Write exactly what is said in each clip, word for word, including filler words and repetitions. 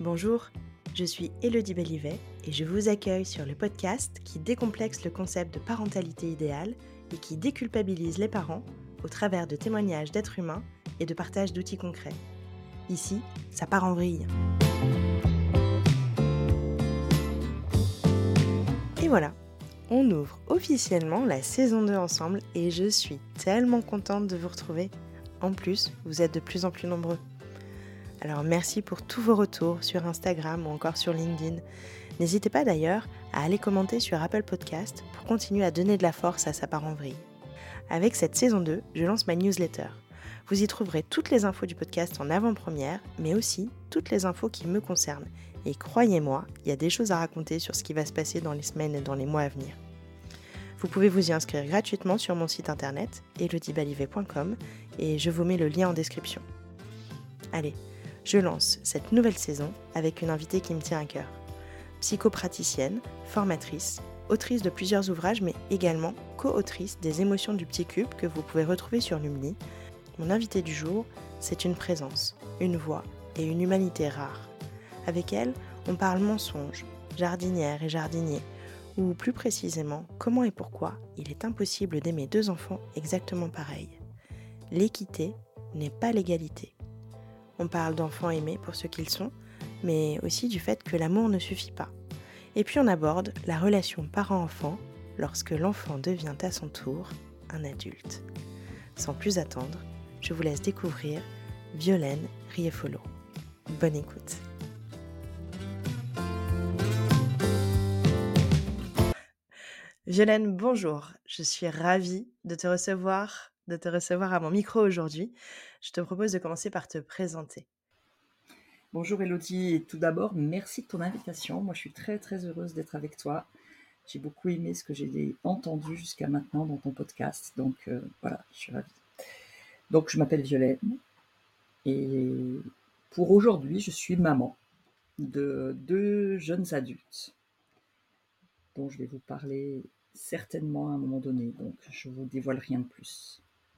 Bonjour, je suis Élodie Bellivet et je vous accueille sur le podcast qui décomplexe le concept de parentalité idéale et qui déculpabilise les parents au travers de témoignages d'êtres humains et de partage d'outils concrets. Ici, ça part en vrille. Et voilà, on ouvre officiellement la saison deux ensemble et je suis tellement contente de vous retrouver. En plus, vous êtes de plus en plus nombreux. Alors merci pour tous vos retours sur Instagram ou encore sur LinkedIn. N'hésitez pas d'ailleurs à aller commenter sur Apple Podcast pour continuer à donner de la force à Ça part en vrille. Avec cette saison deux, je lance ma newsletter. Vous y trouverez toutes les infos du podcast en avant-première, mais aussi toutes les infos qui me concernent. Et croyez-moi, il y a des choses à raconter sur ce qui va se passer dans les semaines et dans les mois à venir. Vous pouvez vous y inscrire gratuitement sur mon site internet elodie bellivet point com et je vous mets le lien en description. Allez, je lance cette nouvelle saison avec une invitée qui me tient à cœur. Psychopraticienne, formatrice, autrice de plusieurs ouvrages, mais également co-autrice des Émotions du Petit Cube que vous pouvez retrouver sur Lumni. Mon invitée du jour, c'est une présence, une voix et une humanité rare. Avec elle, on parle mensonges, jardinière et jardinier, ou plus précisément, comment et pourquoi il est impossible d'aimer deux enfants exactement pareils. L'équité n'est pas l'égalité. On parle d'enfants aimés pour ce qu'ils sont, mais aussi du fait que l'amour ne suffit pas. Et puis on aborde la relation parent-enfant lorsque l'enfant devient à son tour un adulte. Sans plus attendre, je vous laisse découvrir Violaine Riefolo. Bonne écoute. Violaine, bonjour. Je suis ravie de te recevoir, de te recevoir à mon micro aujourd'hui. Je te propose de commencer par te présenter. Bonjour Élodie, et tout d'abord, merci de ton invitation. Moi, je suis très très heureuse d'être avec toi. J'ai beaucoup aimé ce que j'ai entendu jusqu'à maintenant dans ton podcast, donc euh, voilà, je suis ravie. Donc, je m'appelle Violaine, et pour aujourd'hui, je suis maman de deux jeunes adultes, dont je vais vous parler certainement à un moment donné, donc je ne vous dévoile rien de plus.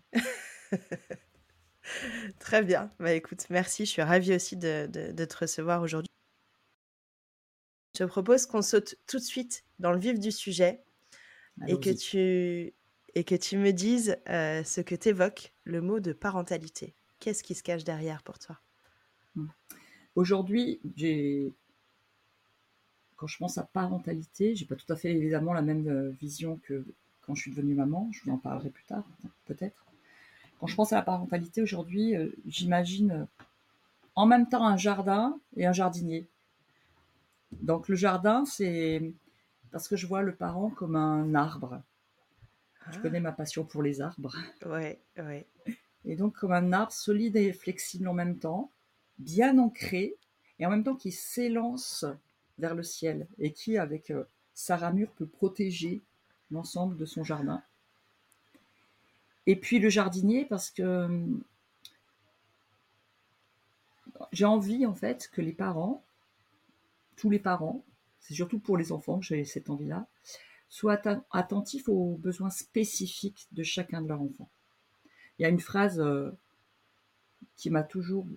Très bien. Bah, écoute, merci. Je suis ravie aussi de, de, de te recevoir aujourd'hui. Je te propose qu'on saute tout de suite dans le vif du sujet et que, tu, et que tu me dises euh, ce que t'évoque le mot de parentalité. Qu'est-ce qui se cache derrière pour toi ? Aujourd'hui, j'ai... quand je pense à parentalité, j'ai pas tout à fait évidemment la même vision que quand je suis devenue maman. Je vous en parlerai plus tard, peut-être. Quand je pense à la parentalité aujourd'hui, euh, j'imagine euh, en même temps un jardin et un jardinier. Donc le jardin, c'est parce que je vois le parent comme un arbre. Ah. Tu connais ma passion pour les arbres. Ouais, ouais. Et donc comme un arbre solide et flexible en même temps, bien ancré, et en même temps qui s'élance vers le ciel et qui, avec euh, sa ramure, peut protéger l'ensemble de son jardin. Et puis le jardinier, parce que j'ai envie, en fait, que les parents, tous les parents, c'est surtout pour les enfants que j'ai cette envie-là, soient attentifs aux besoins spécifiques de chacun de leurs enfants. Il y a une phrase euh, qui m'a toujours...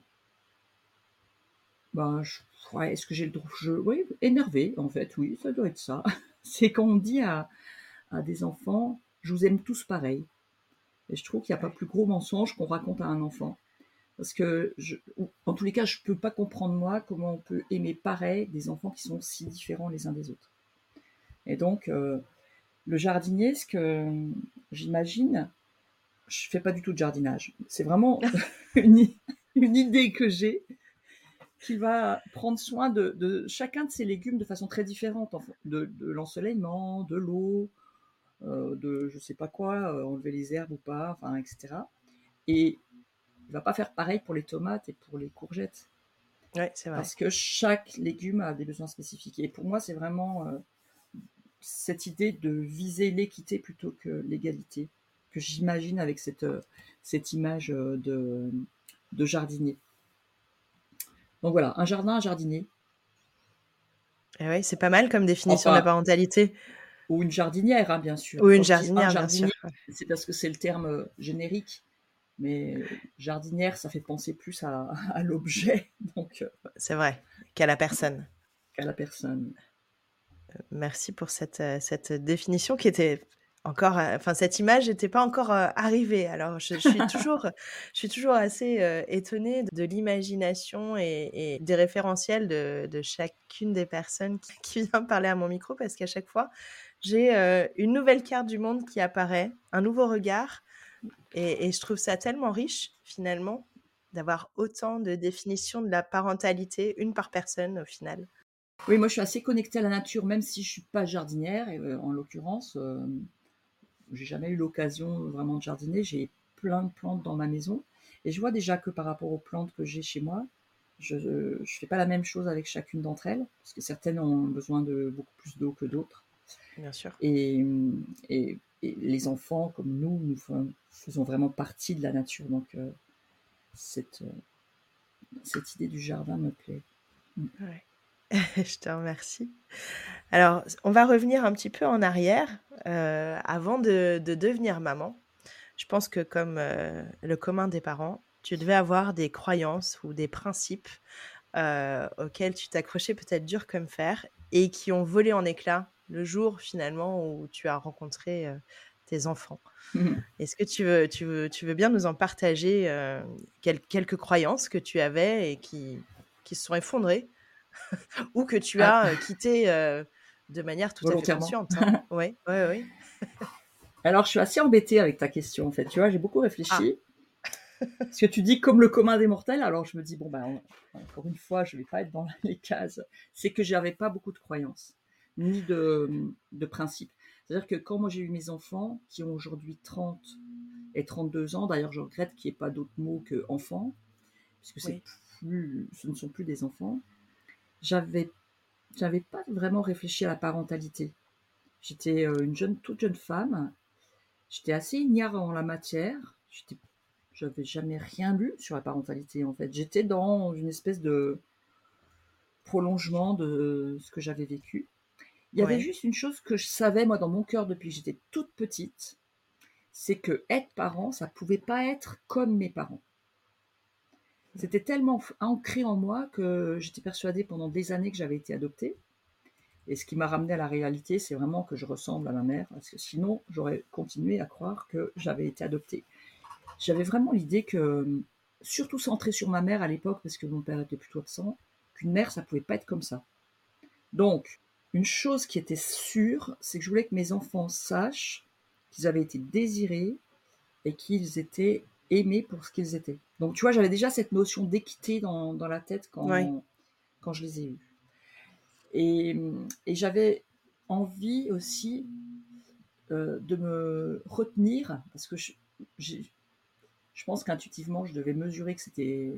Ben, je, ouais, est-ce que j'ai le droit je, oui, énervé, en fait, oui, ça doit être ça. C'est quand on dit à, à des enfants, je vous aime tous pareil. Et je trouve qu'il n'y a pas plus gros mensonge qu'on raconte à un enfant. Parce que, je, en tous les cas, je ne peux pas comprendre, moi, comment on peut aimer pareil des enfants qui sont si différents les uns des autres. Et donc, euh, le jardinier, ce que j'imagine, je ne fais pas du tout de jardinage. C'est vraiment une, une idée que j'ai qui va prendre soin de, de chacun de ces légumes de façon très différente, de, de l'ensoleillement, de l'eau, euh, de je ne sais pas quoi, euh, enlever les herbes ou pas, enfin, et cetera. Et il ne va pas faire pareil pour les tomates et pour les courgettes. Ouais, c'est vrai. Parce que chaque légume a des besoins spécifiques. Et pour moi, c'est vraiment euh, cette idée de viser l'équité plutôt que l'égalité que j'imagine avec cette, euh, cette image de, de jardinier. Donc voilà, un jardin, un jardinier. Et ouais, c'est pas mal comme définition enfin, de la parentalité. Ou une jardinière, hein, bien sûr. Ou une Quand jardinière, un jardinier, bien sûr. c'est parce que c'est le terme euh, générique. Mais jardinière, ça fait penser plus à, à l'objet. Donc, euh... C'est vrai, qu'à la personne. Qu'à la personne. Merci pour cette, heu, cette définition qui était encore, heu, enfin cette image n'était pas encore, heu, arrivée. Alors je je suis toujours je suis toujours assez, heu, étonnée de l'imagination et et des référentiels de de chacune des personnes qui qui vient parler à mon micro parce qu'à chaque fois, j'ai, heu, une nouvelle carte du monde qui apparaît, un nouveau regard et et je trouve ça tellement riche finalement d'avoir autant de définitions de la parentalité, une par personne au final. Oui, moi je suis assez connectée à la nature, même si je suis pas jardinière et heu, en l'occurrence, hem, j'ai jamais eu l'occasion vraiment de jardiner. J'ai plein de plantes dans ma maison et je vois déjà que par rapport aux plantes que j'ai chez moi, je je fais pas la même chose avec chacune d'entre elles, parce que certaines ont besoin de beaucoup plus d'eau que d'autres Bien sûr. et mmh et et les enfants comme nous, nous fon faisons vraiment partie de la nature donc heu, cette, heu, cette idée du jardin me plaît. Mmh. Ouais. Je te remercie. Alors, s on va revenir un petit peu en arrière, heu, avant de de devenir maman. Je pense que comme, heu, le commun des parents, tu devais avoir des croyances ou des principes, heu, auxquels tu t'accrochais peut-être dur comme fer et qui ont volé en éclats le jour finalement où tu as rencontré, heu, tes enfants. Est-ce que tu veux tu veux tu veux bien nous en partager, heu, quel quelques croyances que tu avais et qui qui se sont effondrées ou que tu Ah, as, heu, quittées, heu, de manière tout à fait volontairement. consciente, hein? Ouais, ouais, ouais. Alors je suis assez embêtée avec ta question en fait, tu vois? J'ai beaucoup Ah! réfléchi. Parce que tu dis comme le commun des mortels, alors je me dis bon ben en encore une fois, je vais pas être dans les cases. C'est que j'avais pas beaucoup de croyances, ni de, mmh, de principes. C'est-à-dire que quand moi j'ai eu mes enfants, qui ont aujourd'hui trente et trente-deux ans, d'ailleurs je regrette qu'il y ait pas d'autres mots que enfants, puisque c'est Oui, plus ce ne sont plus des enfants. J'avais j'avais pas vraiment réfléchi à la parentalité. J'étais, heu, une jeune toute jeune femme. J'étais assez ignare en la matière. J'étais J'avais jamais rien lu sur la parentalité, en fait. J'étais dans une espèce de prolongement de ce que j'avais vécu. Il y avait ouais, juste une chose que je savais, moi, dans mon cœur, depuis que j'étais toute petite, c'est que être parent, ça pouvait pas être comme mes parents. C'était tellement f ancré en moi que j'étais persuadée pendant des années que j'avais été adoptée et ce qui m'a ramenée à la réalité, c'est vraiment que je ressemble à ma mère parce que sinon, j'aurais continué à croire que j'avais été adoptée. J'avais vraiment l'idée que, surtout centrée sur ma mère à l'époque, parce que mon père était plutôt absent, qu'une mère, ça pouvait pas être comme ça. Donc, une chose qui était sûre, c'est que je voulais que mes enfants sachent qu'ils avaient été désirés et qu'ils étaient aimés pour ce qu'ils étaient. Donc, tu vois, j'avais déjà cette notion d'équité dans, dans la tête ouais, quand, quand je les ai eus. Et, et j'avais envie aussi euh, de me retenir, parce que je, j'ai- je pense qu'intuitivement, je devais mesurer que c'était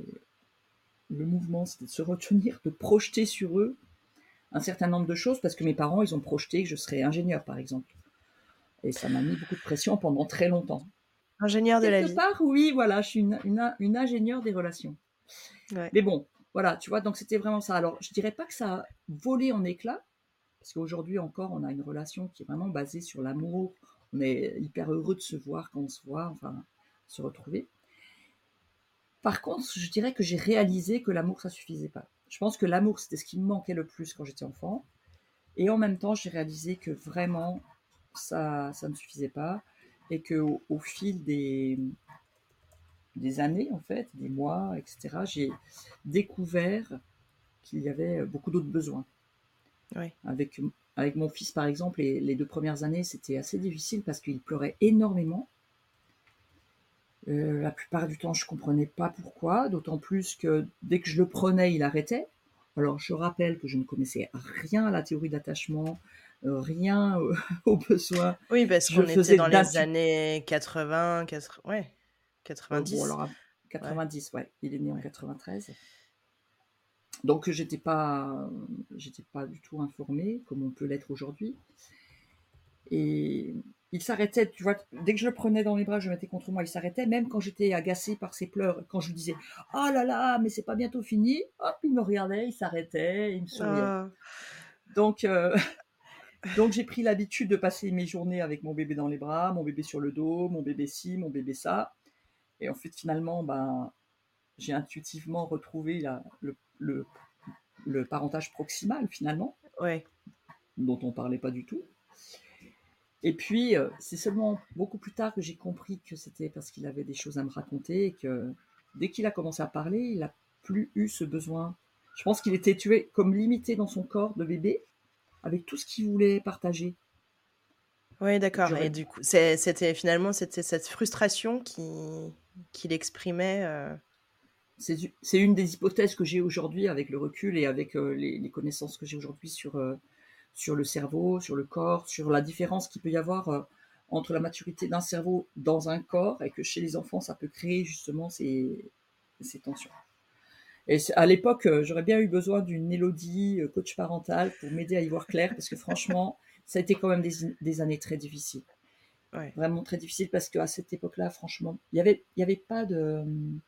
le mouvement, c'était de se retenir, de projeter sur eux un certain nombre de choses, parce que mes parents, ils ont projeté que je serais ingénieur, par exemple. Et ça m'a mis beaucoup de pression pendant très longtemps. ingénieur de la Quelque vie. part, oui, voilà, je suis une, une, une ingénieure des relations. Ouais, Mais bon, voilà, tu vois, donc c'était vraiment ça. Alors, je dirais pas que ça a volé en éclats, parce qu'aujourd'hui encore, on a une relation qui est vraiment basée sur l'amour. On est hyper heureux de se voir quand on se voit, enfin, se retrouver. Par contre, je dirais que j'ai réalisé que l'amour, ça suffisait pas. Je pense que l'amour, c'était ce qui me manquait le plus quand j'étais enfant. Et en même temps, j'ai réalisé que vraiment, ça, ça ne suffisait pas. Et que au, au fil des, des années, en fait, des mois, et cetera, j'ai découvert qu'il y avait beaucoup d'autres besoins. ouais, Avec, avec mon fils, par exemple, les, les deux premières années, c'était assez difficile parce qu'il pleurait énormément. Euh, la plupart du temps, je comprenais pas pourquoi, d'autant plus que dès que je le prenais, il arrêtait. Alors, je rappelle que je ne connaissais rien à la théorie d'attachement, euh, rien euh, aux besoins. oui, parce Je qu'on était faisais dans les d'intu. années quatre-vingts, quatre ouais, Euh, bon, quatre-vingt-dix. alors, à Ouais, quatre-vingt-dix, ouais, il est né en ouais, quatre-vingt-treize. Donc, j'étais pas, j'étais pas du tout informée, comme on peut l'être aujourd'hui. Et il s'arrêtait, tu vois, dès que je le prenais dans mes bras, je le mettais contre moi, il s'arrêtait, même quand j'étais agacée par ses pleurs, quand je lui disais oh là là, mais c'est pas bientôt fini, hop, il me regardait, il s'arrêtait, il me souriait. ah, Donc, euh, donc j'ai pris l'habitude de passer mes journées avec mon bébé dans les bras, mon bébé sur le dos, mon bébé ci, mon bébé ça. Et en fait, finalement, ben, j'ai intuitivement retrouvé la, le, le, le parentage proximal finalement, Ouais. dont on parlait pas du tout. Et puis, euh, c'est seulement beaucoup plus tard que j'ai compris que c'était parce qu'il avait des choses à me raconter et que dès qu'il a commencé à parler, il a plus eu ce besoin. Je pense qu'il était tué comme limité dans son corps de bébé avec tout ce qu'il voulait partager. Ouais, d'accord. Et J'aurais du coup, c'est- c'était finalement c'était cette frustration qui qu'il exprimait. euh, C'est c'est une des hypothèses que j'ai aujourd'hui avec le recul et avec euh, les, les connaissances que j'ai aujourd'hui sur, euh, sur le cerveau, sur le corps, sur la différence qu'il peut y avoir euh, entre la maturité d'un cerveau dans un corps et que chez les enfants, ça peut créer justement ces, ces tensions. Et à l'époque, euh, j'aurais bien eu besoin d'une Élodie, euh, coach parental, pour m'aider à y voir clair parce que franchement, ça a été quand même des, des années très difficiles. Ouais. Vraiment très difficiles parce qu'à cette époque-là, franchement, il n'y avait, il y avait pas de...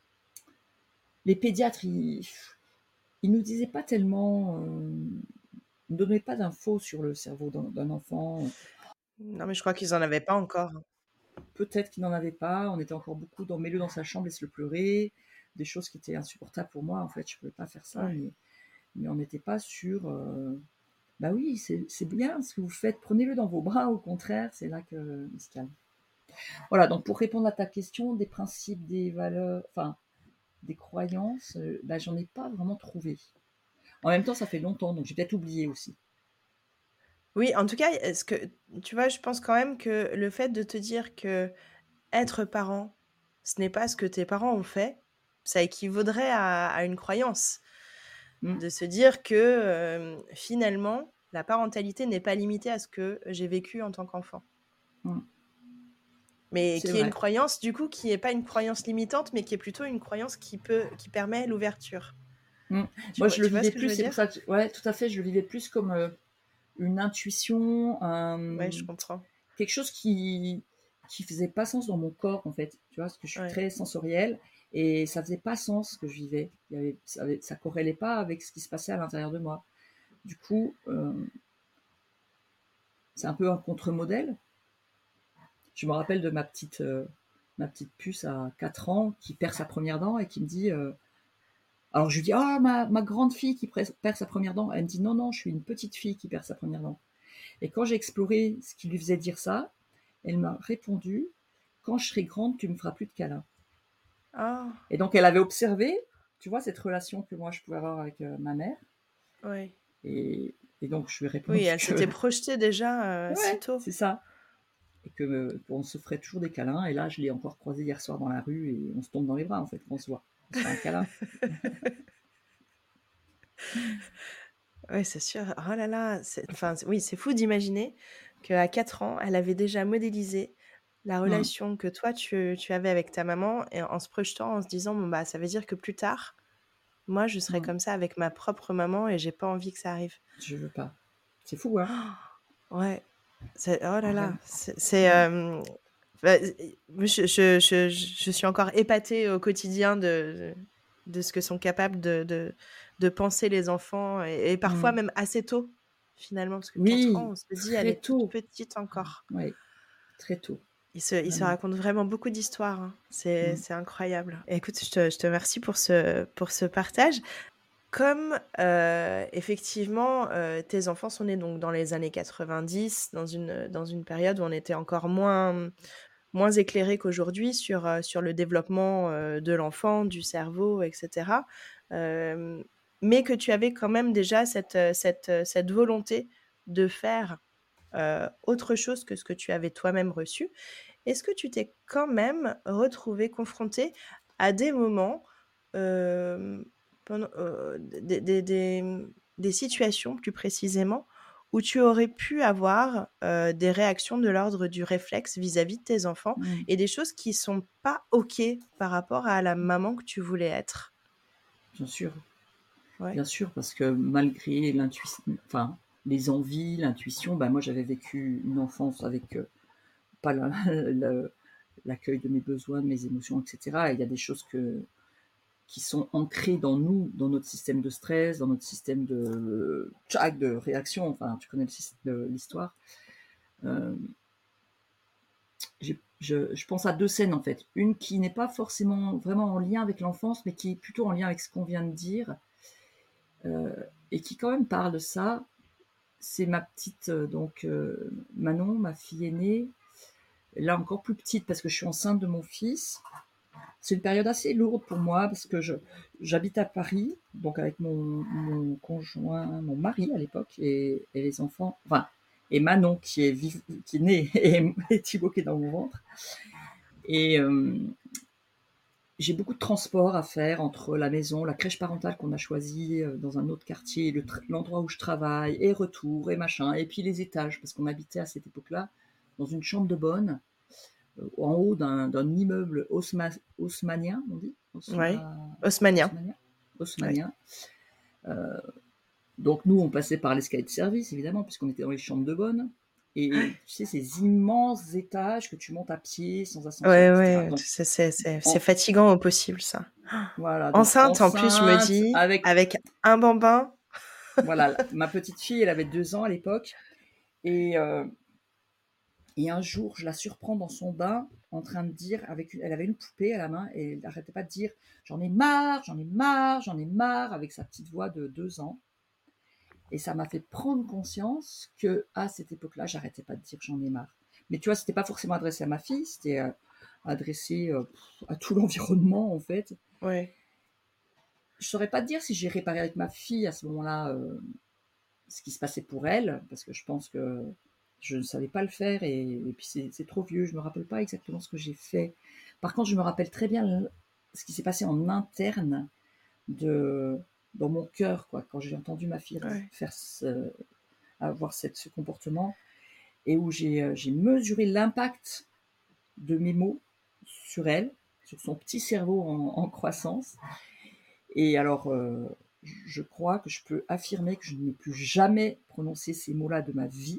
Les pédiatres, ils, ils nous disaient pas tellement, euh, ils ne donnaient pas d'infos sur le cerveau d'un, d'un enfant. Non, mais je crois qu'ils en avaient pas encore. Peut-être qu'ils n'en avaient pas. On était encore beaucoup dans mets-le dans sa chambre, laisse-le pleurer. Des choses qui étaient insupportables pour moi. En fait, je ne pouvais pas faire ça, Ouais. mais, mais on n'était pas sur. Euh, bah oui, c'est, c'est bien ce que vous faites. Prenez-le dans vos bras. Au contraire, c'est là que il se calme. Voilà. Donc pour répondre à ta question, des principes, des valeurs, enfin des croyances, euh, bah, j'en ai pas vraiment trouvé. En même temps, ça fait longtemps, donc j'ai peut-être oublié aussi. Oui, en tout cas, est-ce que tu vois, je pense quand même que le fait de te dire que être parent, ce n'est pas ce que tes parents ont fait, ça équivaudrait à, à une croyance. Mm. De se dire que euh, finalement, la parentalité n'est pas limitée à ce que j'ai vécu en tant qu'enfant. Mm. Mais C'est qui est une vrai. croyance, du coup, qui n'est pas une croyance limitante, mais qui est plutôt une croyance qui peut, qui permet l'ouverture. Mm. Tu Moi, vois, je le tu vois ce vivais que je plus, veux c'est pour dire? ça que, ouais, tout à fait, je le vivais plus comme euh, une intuition, Ouais, je un- comprends. quelque chose qui qui faisait pas sens dans mon corps, en fait. Tu vois, parce que je suis Ouais. très sensorielle et ça faisait pas sens ce que je vivais. Il y avait, ça, avait- ça corrélait pas avec ce qui se passait à l'intérieur de moi. Du coup, euh, c'est un peu un contre-modèle. Je me rappelle de ma petite, euh, ma petite puce à quatre ans qui perd sa première dent et qui me dit, euh, alors je lui dis, ah, ma, ma grande fille qui perd sa première dent. Elle me dit, non, non, je suis une petite fille qui perd sa première dent. Et quand j'ai exploré ce qui lui faisait dire ça, elle m'a répondu, quand je serai grande, tu me feras plus de câlins. Ah, Et donc elle avait observé, tu vois, cette relation que moi je pouvais avoir avec euh, ma mère. ouais. Et, et donc je lui ai Oui, répondu elle que, s'était projetée déjà euh, si ouais, tôt. c'est ça. Et que euh, qu'on se ferait toujours des câlins. Et là, je l'ai encore croisé hier soir dans la rue et on se tombe dans les bras en fait quand on se voit. On se fait un câlin. Oui, c'est sûr. Oh là là, c'est enfin, c'est oui, c'est fou d'imaginer qu'à quatre ans, elle avait déjà modélisé la Hmm. relation que toi tu tu avais avec ta maman et en se projetant, en se disant: «Bon, bah, ça veut dire que plus tard, moi, je serai Hmm. comme ça avec ma propre maman et j'ai pas envie que ça arrive». Je veux pas. C'est fou, hein. Ouais, c'est oh là là, Vraiment. c'est c'est, Hmm. hem, bah, je je je je suis encore épatée au quotidien de de ce que sont capables de de de penser les enfants et et parfois Hmm. même assez tôt, finalement, parce que quatre ans, Oui, on se dit: «Elle très est toute tôt. petite encore». Oui, très tôt. Ils se ils se Vraiment. racontent vraiment beaucoup d'histoires, hein. C'est Hmm. c'est incroyable. Et écoute, je te je te remercie pour ce pour ce partage. Comme, heu, effectivement, heu, tes enfants sont nés donc dans les années quatre-vingt-dix, dans une, dans une période où on était encore moins moins éclairé qu'aujourd'hui sur, heu, sur le développement, heu, de l'enfant, du cerveau et cetera. Hem, mais que tu avais quand même déjà cette, heu, cette, heu, cette volonté de faire, heu, autre chose que ce que tu avais toi-même reçu. Est-ce que tu t'es quand même retrouvé confronté à des moments, hem, pendant, heu, des des des, mmh, des situations plus précisément, où tu aurais pu avoir, heu, des réactions de l'ordre du réflexe vis-à-vis de tes enfants Hmm. et des choses qui sont pas OK par rapport à la maman que tu voulais être? Bien sûr. Ouais. Bien sûr, parce que malgré l'intuition, enfin, les envies, l'intuition, bah, moi j'avais vécu une enfance avec euh, pas la- la- l'accueil de mes besoins, de mes émotions, et cetera. Et il y a des choses que, qui sont ancrées dans nous, dans notre système de stress, dans notre système de, tchac, de réaction. Enfin, tu connais le syst- le- l'histoire. Euh, j'ai- je, je pense à deux scènes en fait. Une qui n'est pas forcément vraiment en lien avec l'enfance, mais qui est plutôt en lien avec ce qu'on vient de dire. euh, et qui quand même parle de ça. C'est ma petite, euh, donc euh, Manon, ma fille aînée, là encore plus petite parce que je suis enceinte de mon fils. C'est une période assez lourde pour moi parce que je, j'habite à Paris, donc avec mon, mon conjoint, mon mari à l'époque, et, et les enfants, enfin, et Manon qui est, vive, qui est née, et, et Thibaut qui est dans mon ventre. Et euh, j'ai beaucoup de transport à faire entre la maison, la crèche parentale qu'on a choisie euh, dans un autre quartier, le tra- l'endroit où je travaille, et retour, et machin, et puis les étages, parce qu'on habitait à cette époque-là dans une chambre de bonne, euh, en haut d'un, d'un immeuble haussma- haussmannien, on dit Ouais. Haussma- Haussmannien. haussmannien Ouais. haussmannien. Euh, donc nous, on passait par l'escalier de service, évidemment, puisqu'on était dans les chambres de bonne. Et tu sais, ces immenses étages que tu montes à pied, sans ascenseur, Ouais, et cetera. ouais, Donc, c'est, c'est, c'est, c'est en, fatigant au possible, ça. voilà, donc Enceinte, en plus, je me enceinte, dis, avec, avec un bambin. voilà, ma petite fille, elle avait deux ans à l'époque. Et, euh, et un jour, je la surprends dans son bain, en train de dire, avec une, elle avait une poupée à la main, et elle n'arrêtait pas de dire, j'en ai marre, j'en ai marre, j'en ai marre, avec sa petite voix de deux ans. Et ça m'a fait prendre conscience que, à cette époque-là, j'arrêtais pas de dire j'en ai marre. Mais tu vois, c'était pas forcément adressé à ma fille, c'était euh, adressé euh, à tout l'environnement, en fait. Ouais. Je saurais pas te dire si j'ai réparé avec ma fille à ce moment-là euh, ce qui se passait pour elle, parce que je pense que je ne savais pas le faire, et, et puis c'est, c'est trop vieux, je me rappelle pas exactement ce que j'ai fait. Par contre, je me rappelle très bien ce qui s'est passé en interne de, dans mon cœur, quoi, quand j'ai entendu ma fille Ouais. faire ce, avoir cette, ce comportement, et où j'ai, euh, j'ai mesuré l'impact de mes mots sur elle, sur son petit cerveau en, en croissance. Et alors, euh, je crois que je peux affirmer que je n'ai plus jamais prononcé ces mots-là de ma vie,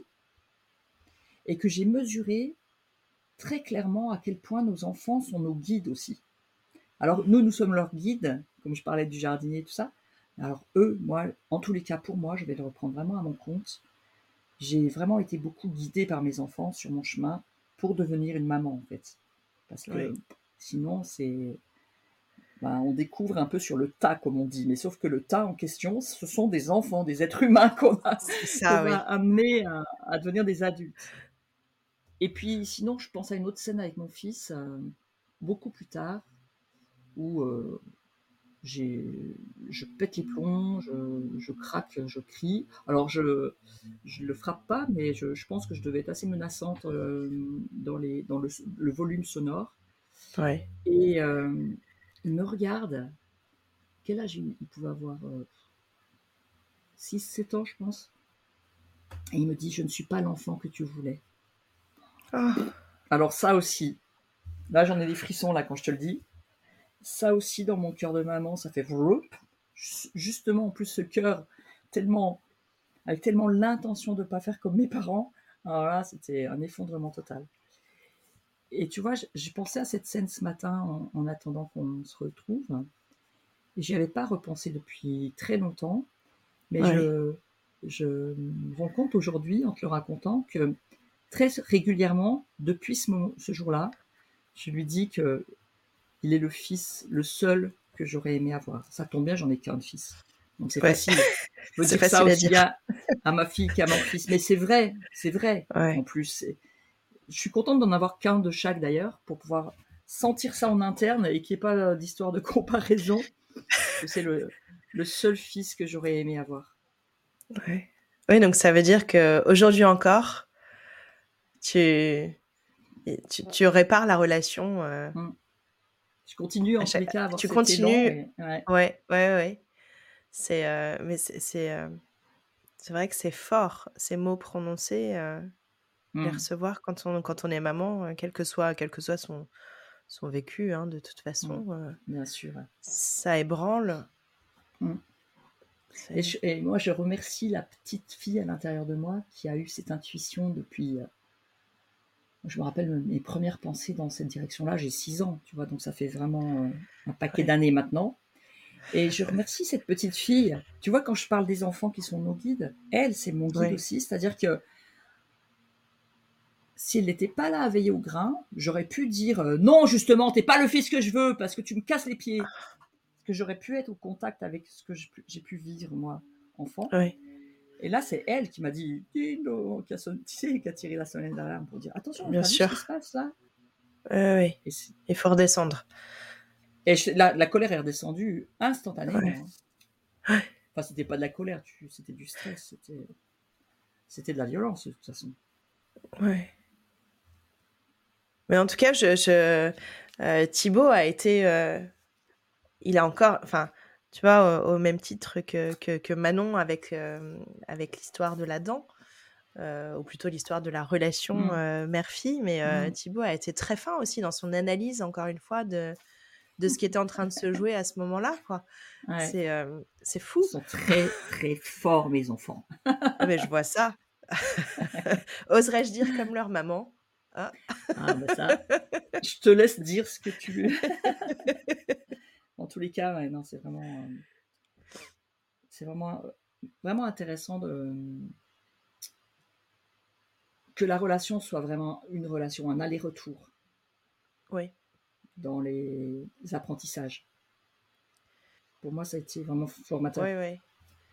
et que j'ai mesuré très clairement à quel point nos enfants sont nos guides aussi. Alors, nous, nous sommes leurs guides, comme je parlais du jardinier et tout ça. Alors, eux, moi, en tous les cas, pour moi, je vais le reprendre vraiment à mon compte. J'ai vraiment été beaucoup guidée par mes enfants sur mon chemin pour devenir une maman, en fait. Parce que Ouais. sinon, c'est, ben, on découvre un peu sur le tas, comme on dit. Mais sauf que le tas en question, ce sont des enfants, des êtres humains qu'on va, C'est qu'on ça, va oui. amener à, à devenir des adultes. Et puis, sinon, je pense à une autre scène avec mon fils, euh, beaucoup plus tard, où euh, j'ai, je pète les plombs, je, je craque, je crie. Alors, je ne le frappe pas, mais je, je pense que je devais être assez menaçante euh, dans, les, dans le, le volume sonore. Ouais. Et euh, il me regarde. Quel âge il, il pouvait avoir euh, six sept ans, je pense. Et il me dit, je ne suis pas l'enfant que tu voulais. Oh. Alors ça aussi, là j'en ai des frissons là quand je te le dis. Ça aussi, dans mon cœur de maman, ça fait vroup. Justement, en plus, ce cœur tellement, avec tellement l'intention de ne pas faire comme mes parents. Alors là, c'était un effondrement total. Et tu vois, j'ai pensé à cette scène ce matin en, en attendant qu'on se retrouve. Et j'y avais pas repensé depuis très longtemps. Mais Ouais. je, je me rends compte aujourd'hui, en te le racontant, que très régulièrement, depuis ce, moment, ce jour-là, je lui dis que il est le fils, le seul que j'aurais aimé avoir. Ça tombe bien, j'en ai qu'un de fils. Donc c'est Ouais. facile. Je peux C'est dire ça facile à aussi dire. bien à ma fille qu'à mon fils. Mais c'est vrai, c'est vrai. En Ouais. plus, c'est... je suis contente d'en avoir qu'un de chaque d'ailleurs, pour pouvoir sentir ça en interne et qu'il n'y ait pas d'histoire de comparaison, que c'est le, le seul fils que j'aurais aimé avoir. Ouais. Oui, donc ça veut dire que aujourd'hui encore, tu, tu, tu répares la relation. Euh, Hum. Je continue à en tous chaque... les cas à avoir Tu cet élan. continues. Et, ouais. Ouais, ouais, ouais. C'est, euh, mais c'est, c'est, euh, c'est vrai que c'est fort ces mots prononcés, euh, les Hum, recevoir quand on, quand on est maman, euh, quel que soit, quel que soit son, son vécu, hein, de toute hum. façon, euh, Bien sûr. ça ébranle. Hum. Et, C'est... je, et moi, je remercie la petite fille à l'intérieur de moi qui a eu cette intuition depuis. Euh, je me rappelle mes premières pensées dans cette direction-là. J'ai six ans, tu vois, donc ça fait vraiment euh, un paquet Ouais. d'années maintenant. Et je remercie cette petite fille. Tu vois, quand je parle des enfants qui sont nos guides, elle, c'est mon guide Ouais. aussi. C'est-à-dire que si elle n'était pas là à veiller au grain, j'aurais pu dire euh, non, justement, t'es pas le fils que je veux parce que tu me casses les pieds. que j'aurais pu être au contact avec ce que j'ai pu, j'ai pu vivre, moi, enfant. Oui. Et là, c'est elle qui m'a dit, Dino, qui a, son... tu sais, qui a tiré la sonnette d'alarme pour dire, attention, Bien t'as vu ce qui sûr. se passe là? Oui, oui. Et, c'est... Il faut redescendre. et je... la, la colère est redescendue instantanément. Ouais. Hein. Enfin, c'était pas de la colère, tu... c'était du stress, c'était... c'était de la violence, de toute façon. Ouais. Mais en tout cas, je, je, euh, Thibaut a été... Euh, il a encore... Enfin, tu vois, au, au même titre que, que, que Manon avec, euh, avec l'histoire de la dent, euh, ou plutôt l'histoire de la relation Mmh. euh, mère-fille, mais euh, Mmh. Thibaut a été très fin aussi dans son analyse, encore une fois, de, de ce qui était en train de se jouer à ce moment-là, quoi. Ouais. C'est, euh, c'est Ils fou. sont très, très forts, mes enfants. Ah, mais je vois ça. Oserais-je dire comme leur maman? Hein. Ah, bah ça, je te laisse dire ce que tu veux. En tous les cas, ouais, non, c'est vraiment, euh, c'est vraiment, euh, vraiment intéressant de, que la relation soit vraiment une relation, un aller-retour Oui. dans les apprentissages. Pour moi, ça a été vraiment formateur. Oui, oui.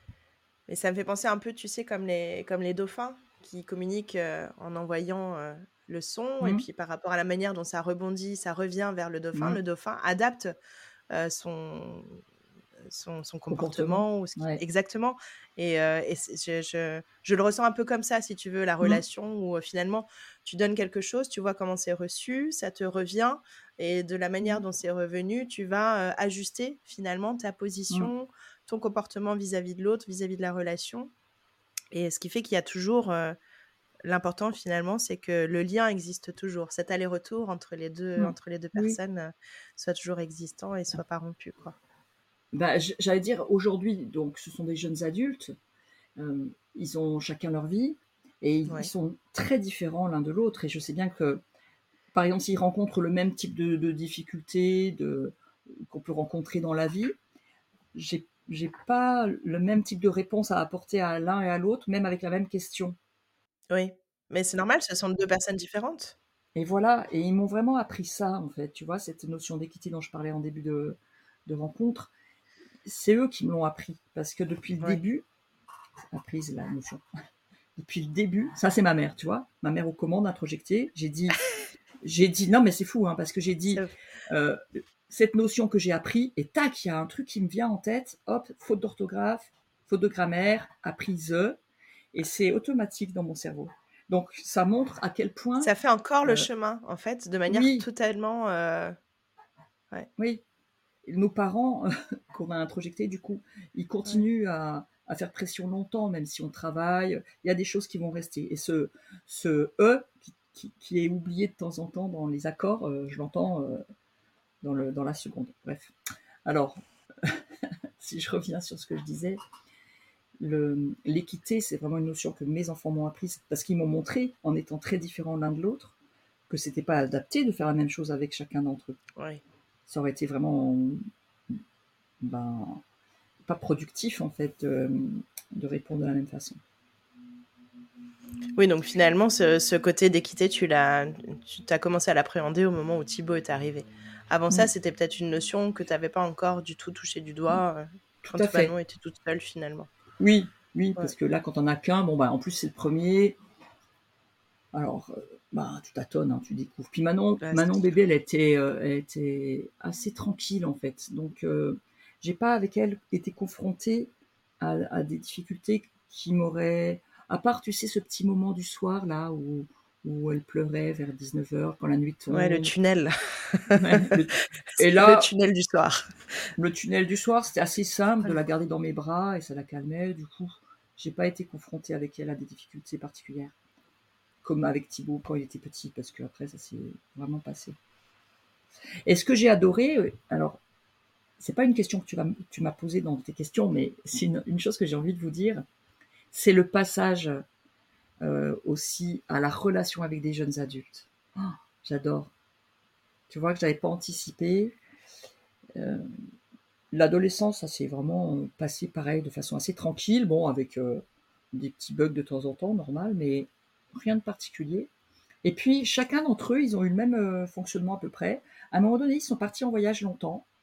Et ça me fait penser un peu, tu sais, comme les, comme les dauphins qui communiquent euh, en envoyant euh, le son, et Mmh. puis par rapport à la manière dont ça rebondit, ça revient vers le dauphin. Mmh. Le dauphin adapte euh, son, son, son Comportement. comportement. Ou ce qui... Ouais. Exactement. Et, euh, et je, je, je le ressens un peu comme ça, si tu veux, la Mmh. relation où euh, finalement, tu donnes quelque chose, tu vois comment c'est reçu, ça te revient, et de la manière Mmh. dont c'est revenu, tu vas euh, ajuster finalement ta Mmh. position, ton comportement vis-à-vis de l'autre, vis-à-vis de la relation. Et ce qui fait qu'il y a toujours... Euh, l'important finalement, c'est que le lien existe toujours. Cet aller-retour entre les deux, Mmh. entre les deux Oui. personnes euh, soit toujours existant et soit pas rompu, quoi. Bah, j'allais dire, aujourd'hui, donc, ce sont des jeunes adultes. Euh, ils ont chacun leur vie et ils, Ouais. ils sont très différents l'un de l'autre. Et je sais bien que, par exemple, s'ils rencontrent le même type de, de difficultés de, qu'on peut rencontrer dans la vie, j'ai, j'ai pas le même type de réponse à apporter à l'un et à l'autre, même avec la même question. Oui. Mais c'est normal, ce sont deux personnes différentes. Et voilà, et ils m'ont vraiment appris ça, en fait, tu vois, cette notion d'équité dont je parlais en début de, de rencontre. C'est eux qui me l'ont appris, parce que depuis le Ouais. début, apprise la notion, depuis le début, ça c'est ma mère, tu vois, ma mère aux commandes introjectée, j'ai dit, j'ai dit, non mais c'est fou, hein, parce que j'ai dit, euh, cette notion que j'ai appris, et tac, il y a un truc qui me vient en tête, hop, faute d'orthographe, faute de grammaire, apprise, et c'est automatique dans mon cerveau. Donc ça montre à quel point... Ça fait encore le euh, chemin, en fait, de manière oui, totalement... Euh... Ouais. oui, nos parents qu'on a introjectés, du coup, ils continuent Ouais. à, à faire pression longtemps, même si on travaille. Il y a des choses qui vont rester. Et ce, ce E qui, qui, qui est oublié de temps en temps dans les accords, euh, je l'entends euh, dans, le, dans la seconde. Bref. Alors, si je reviens sur ce que je disais, le, l'équité, c'est vraiment une notion que mes enfants m'ont apprise parce qu'ils m'ont montré, en étant très différents l'un de l'autre, que c'était pas adapté de faire la même chose avec chacun d'entre eux. Ouais. Ça aurait été vraiment... Ben, pas productif en fait de, de répondre de la même façon. Oui, donc finalement, ce, ce côté d'équité, tu l'as, tu as commencé à l'appréhender au moment où Thibaut est arrivé. Avant Mmh. ça, c'était peut-être une notion que tu n'avais pas encore du tout touché du doigt euh, Tout à quand fait. Manon était toute seule finalement. Oui, oui, Ouais. parce que là, quand on a qu'un, bon bah en plus c'est le premier. Alors, euh, bah tu tâtonnes, hein, tu découvres. Puis Manon, Bah, Manon c'est... bébé, elle était, euh, elle était assez tranquille en fait. Donc, euh, j'ai pas avec elle été confrontée à, à des difficultés qui m'auraient, à part tu sais ce petit moment du soir là où où elle pleurait vers dix-neuf heures quand la nuit Ouais, le tombe. tunnel. Ouais, le... Et Le là, tunnel du soir. le tunnel du soir, c'était assez simple de Ouais. la garder dans mes bras et ça la calmait. Du coup, j'ai pas été confrontée avec elle à des difficultés particulières, comme avec Thibaut quand il était petit, parce que après ça s'est vraiment passé. Et ce que j'ai adoré, alors c'est pas une question que tu, vas, tu m'as posée dans tes questions, mais c'est une, une chose que j'ai envie de vous dire, c'est le passage euh, aussi à la relation avec des jeunes adultes. Oh, j'adore. Tu vois que j'avais pas anticipé. Euh, L'adolescence, ça s'est vraiment passé pareil, de façon assez tranquille, bon, avec euh, des petits bugs de temps en temps, normal, mais rien de particulier. Et puis, chacun d'entre eux, ils ont eu le même euh, fonctionnement à peu près. À un moment donné, ils sont partis en voyage longtemps.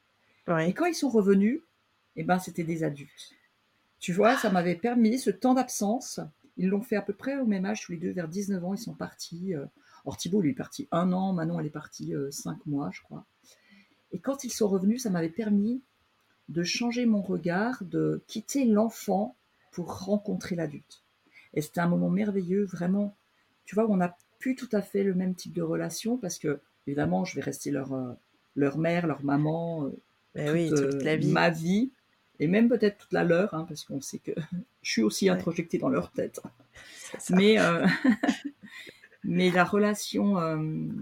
Et Oui. quand ils sont revenus, eh ben, c'était des adultes. Tu vois, ça m'avait permis ce temps d'absence. Ils l'ont fait à peu près au même âge, tous les deux, vers dix-neuf ans, ils sont partis. euh, Or, Thibault, lui, est parti un an, Manon, elle est partie euh, cinq mois, je crois. Et quand ils sont revenus, ça m'avait permis de changer mon regard, de quitter l'enfant pour rencontrer l'adulte. Et c'était un moment merveilleux, vraiment. Tu vois, on n'a plus tout à fait le même type de relation parce que, évidemment, je vais rester leur, euh, leur mère, leur maman, euh, Mais toute oui, toute euh, la vie. ma vie, et même peut-être toute la leur, hein, parce qu'on sait que je suis aussi Ouais, introjectée dans leur tête. c'est ça. Mais, euh, mais la relation, euh,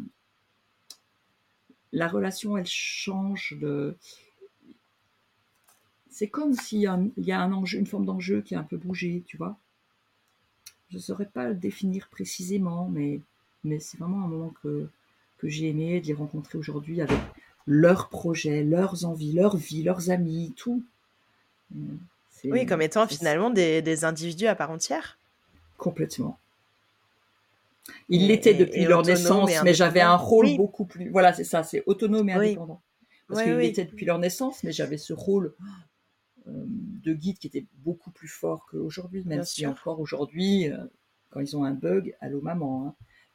la relation, elle change de. C'est comme s'il y a, un, il y a un enjeu, une forme d'enjeu qui a un peu bougé, tu vois. Je ne saurais pas le définir précisément, mais, mais c'est vraiment un moment que, que j'ai aimé de les rencontrer aujourd'hui avec leurs projets, leurs envies, leur vie, leurs amis, tout. Oui, C'est, comme étant c'est finalement des, des individus à part entière complètement. et, Ils l'étaient et, depuis et leur autonomes et naissance, mais j'avais indépendants. un rôle Oui, beaucoup plus. Voilà, c'est ça, c'est autonome et oui, indépendant. Parce oui, qu'ils oui, l'étaient depuis leur naissance, mais j'avais ce rôle euh, de guide qui était beaucoup plus fort qu'aujourd'hui, même bien si sûr. encore aujourd'hui, euh, quand ils ont un bug, allô maman. Hein.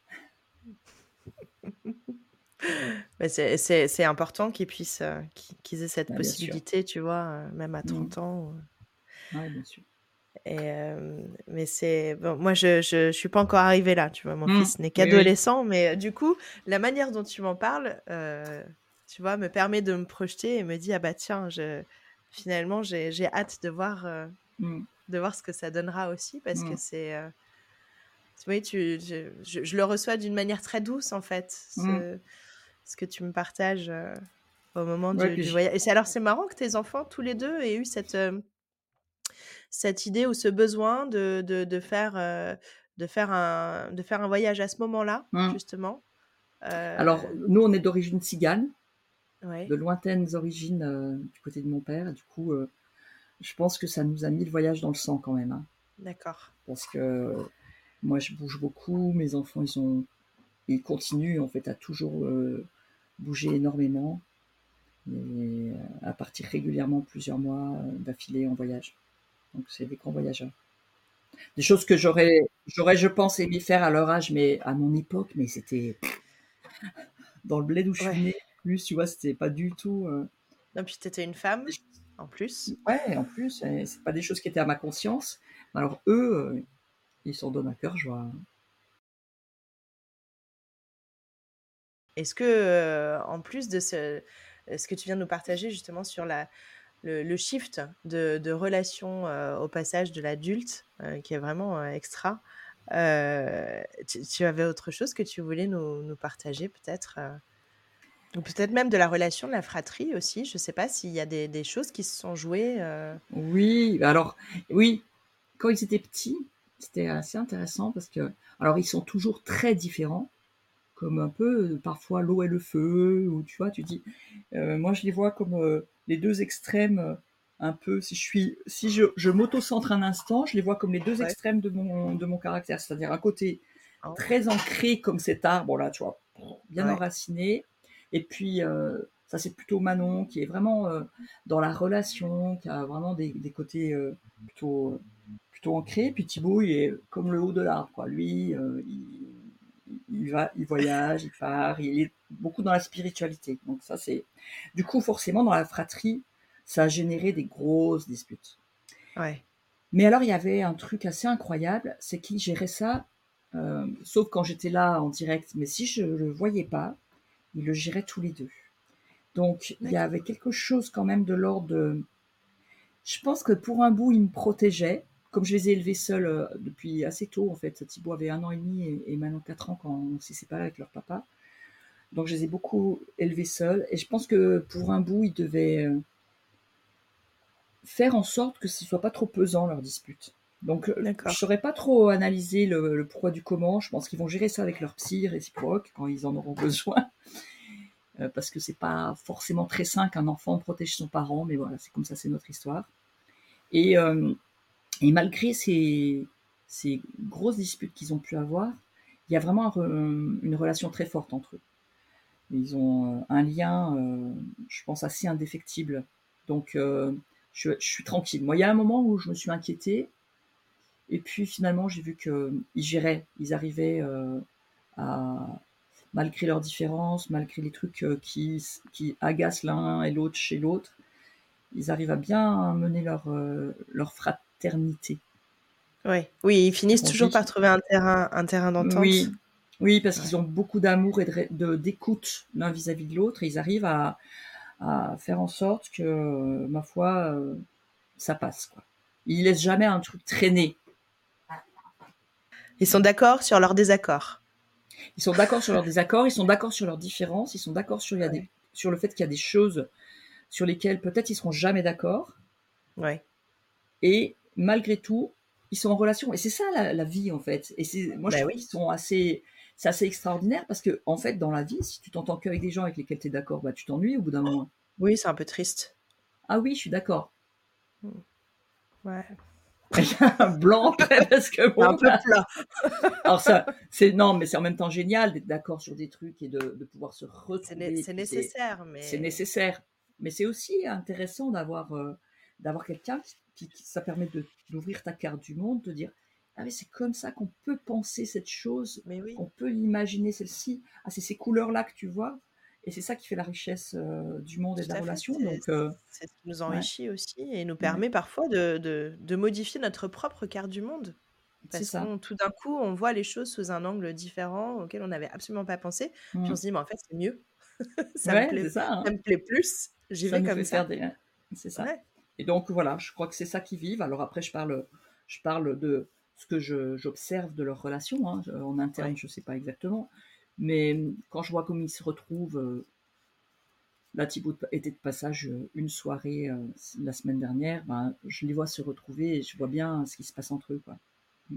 Mais c'est, c'est, c'est important qu'ils puissent, euh, qu'ils, qu'ils aient cette Ah, bien sûr. possibilité, tu vois, euh, même à Mm. trente ans. Ouais, bien sûr. Et, euh, mais c'est bon, moi je, je je suis pas encore arrivée là, tu vois, mon Mm. fils n'est Oui, oui. qu'adolescent, mais euh, du coup la manière dont tu m'en parles, euh, tu vois, me permet de me projeter et me dit ah bah tiens, je finalement j'ai j'ai hâte de voir euh, Mm. de voir ce que ça donnera aussi parce que Mm. c'est euh, tu vois, tu je, je, je le reçois d'une manière très douce en fait, Mm. ce ce que tu me partages euh, au moment Ouais, du, puis du j'- voyage. Et c'est alors c'est marrant que tes enfants tous les deux aient eu cette euh, cette idée ou ce besoin de, de, de faire, euh, de, faire un, de faire un voyage à ce moment-là, mm. justement. Alors, Euh, nous, on est d'origine tzigane, de ouais, lointaines origines euh, du côté de mon père. Et du coup, euh, je pense que ça nous a mis le voyage dans le sang quand même. Hein. d'accord. Parce que euh, moi, je bouge beaucoup. Mes enfants, ils, ont, ils continuent en fait à toujours euh, bouger énormément et euh, à partir régulièrement plusieurs mois euh, d'affilée en voyage. Donc, c'est des grands voyageurs. Des choses que j'aurais, j'aurais, je pense, aimé faire à leur âge, mais à mon époque, mais c'était dans le bled où je suis Ouais. née. Plus, tu vois, c'était pas du tout. Euh, Et puis, t'étais une femme, des choses- en plus. ouais, en plus, euh, c'est pas des choses qui étaient à ma conscience. Alors eux, euh, ils s'en donnent à cœur joie. Est-ce que, euh, en plus de ce, ce que tu viens de nous partager, justement, sur la, le, le shift de, de relation euh, au passage de l'adulte, euh, qui est vraiment euh, extra, euh, tu, tu avais autre chose que tu voulais nous, nous partager, peut-être euh Ou peut-être même de la relation de la fratrie aussi. Je sais pas s'il y a des, des choses qui se sont jouées. euh, Oui, alors oui, quand ils étaient petits, c'était assez intéressant parce que, alors ils sont toujours très différents, comme un peu euh, parfois l'eau et le feu, ou tu vois, tu dis, euh, moi je les vois comme euh, les deux extrêmes, euh, un peu, si je suis, si je, je m'auto-centre un instant, je les vois comme les deux Ouais. extrêmes de mon, de mon caractère, c'est-à-dire un côté Oh, très ancré comme cet arbre là, tu vois, bien ouais. enraciné, et puis euh, ça c'est plutôt Manon qui est vraiment euh, dans la relation, qui a vraiment des, des côtés euh, plutôt plutôt ancrés, puis Thibaut il est comme le haut de l'arbre, quoi. Lui, euh, il, il va, il voyage, il part, il est beaucoup dans la spiritualité. Donc ça c'est, du coup forcément dans la fratrie, ça a généré des grosses disputes. Ouais. Mais alors il y avait un truc assez incroyable, c'est qu'il gérait ça, euh, sauf quand j'étais là en direct. Mais si je le voyais pas, ils le géraient tous les deux. Donc il y D'accord. avait quelque chose quand même de l'ordre de. Je pense que pour un bout, ils me protégeaient. Comme je les ai élevés seuls euh, depuis assez tôt, en fait. Thibaut avait un an et demi et, et Manon quatre ans quand on s'est séparés avec leur papa. Donc je les ai beaucoup élevés seuls. Et je pense que pour un bout, ils devaient euh, faire en sorte que ce soit pas trop pesant leur dispute. Donc euh, je D'accord. saurais pas trop analyser le, le pourquoi du comment. Je pense qu'ils vont gérer ça avec leur psy réciproque quand ils en auront besoin. Euh, parce que c'est pas forcément très sain qu'un enfant protège son parent, mais voilà, c'est comme ça, c'est notre histoire. Et, euh, et malgré ces, ces grosses disputes qu'ils ont pu avoir, il y a vraiment un, une relation très forte entre eux. Ils ont euh, un lien, euh, je pense, assez indéfectible. Donc, euh, je, je suis tranquille. Moi, il y a un moment où je me suis inquiétée, et puis finalement, j'ai vu qu'ils géraient, ils arrivaient euh, à, malgré leurs différences, malgré les trucs euh, qui, qui agacent l'un et l'autre chez l'autre, ils arrivent à bien mener leur, euh, leur fraternité. Ouais. Oui, ils C'est ce finissent qu'on toujours dit. par trouver un terrain, un terrain d'entente. Oui, oui, parce qu'ils Ouais. ont beaucoup d'amour et de, de- d'écoute l'un vis-à-vis de l'autre, et ils arrivent à, à faire en sorte que, euh, ma foi, euh, ça passe, quoi. Ils laissent jamais un truc traîner. Ils sont d'accord sur leur désaccord. Ils sont d'accord sur leurs désaccords, ils sont d'accord sur leurs différences, ils sont d'accord sur, il y a des, Ouais. sur le fait qu'il y a des choses sur lesquelles peut-être ils seront jamais d'accord, Ouais. et malgré tout, ils sont en relation. Et c'est ça la, la vie, en fait. Et c'est, moi, je Ben trouve oui. qu'ils sont assez, c'est assez extraordinaire, parce que, en fait, dans la vie, si tu t'entends qu'avec des gens avec lesquels tu es d'accord, bah, tu t'ennuies au bout d'un moment. Oui, c'est un peu triste. Ah oui, je suis d'accord. Mm. Ouais. Il y a un blanc après, parce que C'est un bon, peu bah, plat. alors ça, c'est, non, mais c'est en même temps génial d'être d'accord sur des trucs et de, de pouvoir se C'est né- retrouver. Et c'est puis c'est, nécessaire, c'est mais nécessaire. Mais c'est aussi intéressant d'avoir, euh, d'avoir quelqu'un qui, qui- qui- ça permet de, d'ouvrir ta carte du monde, de dire, ah mais c'est comme ça qu'on peut penser cette chose, mais oui. qu'on peut l'imaginer celle-ci. Ah, c'est ces couleurs-là que tu vois. Et c'est ça qui fait la richesse, euh, du monde et de Tout la à fait. relation. C'est Donc, euh, c'est ce qui nous ouais, enrichit aussi et nous ouais, permet parfois de, de, de modifier notre propre carte du monde. c'est Parce ça. qu'on tout d'un coup, on voit les choses sous un angle différent auquel on n'avait absolument pas pensé. Puis on Mm. se dit, mais en fait, c'est mieux. ça me Ouais, c'est plaît, ça, ça hein. me plaît plus. J'y Ça vais nous comme fait ça. faire des, c'est ça. Ouais. Et donc voilà, je crois que c'est ça qu'ils vivent. Alors après, je parle, je parle de ce que je, j'observe de leur relation, hein. En interne, Ouais. je sais pas exactement, mais quand je vois comment ils se retrouvent, euh, là, Thibaut était de passage euh, une soirée euh, la semaine dernière, ben, je les vois se retrouver et je vois bien ce qui se passe entre eux, quoi. Mm.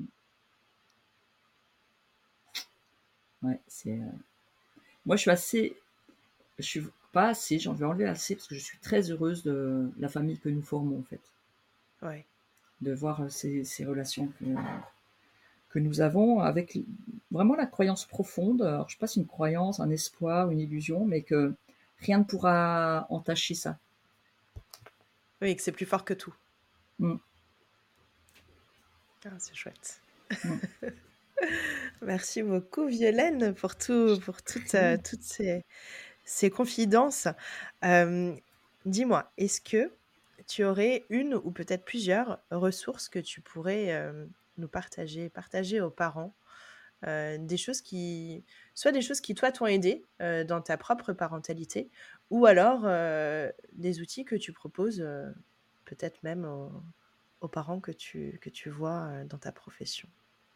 Ouais, c'est. euh, Moi, je suis assez, je suis pas assez, j'en vais enlever assez parce que je suis très heureuse de la famille que nous formons, en fait, Ouais. de voir euh, ces, ces relations que, que nous avons avec vraiment la croyance profonde. Alors, je ne sais pas si une croyance, un espoir, une illusion, mais que rien ne pourra entacher ça. Oui, que c'est plus fort que tout. Mm, Ah, c'est chouette. mm. Merci beaucoup, Violaine, pour tout, pour toutes, euh, toutes ces, ces confidences. Euh, dis-moi, est-ce que tu aurais une ou peut-être plusieurs ressources que tu pourrais euh, nous partager, partager aux parents, euh, des choses qui, soit des choses qui toi t'ont aidé euh, dans ta propre parentalité, ou alors euh, des outils que tu proposes euh, peut-être même aux, aux parents que tu, que tu vois euh, dans ta profession.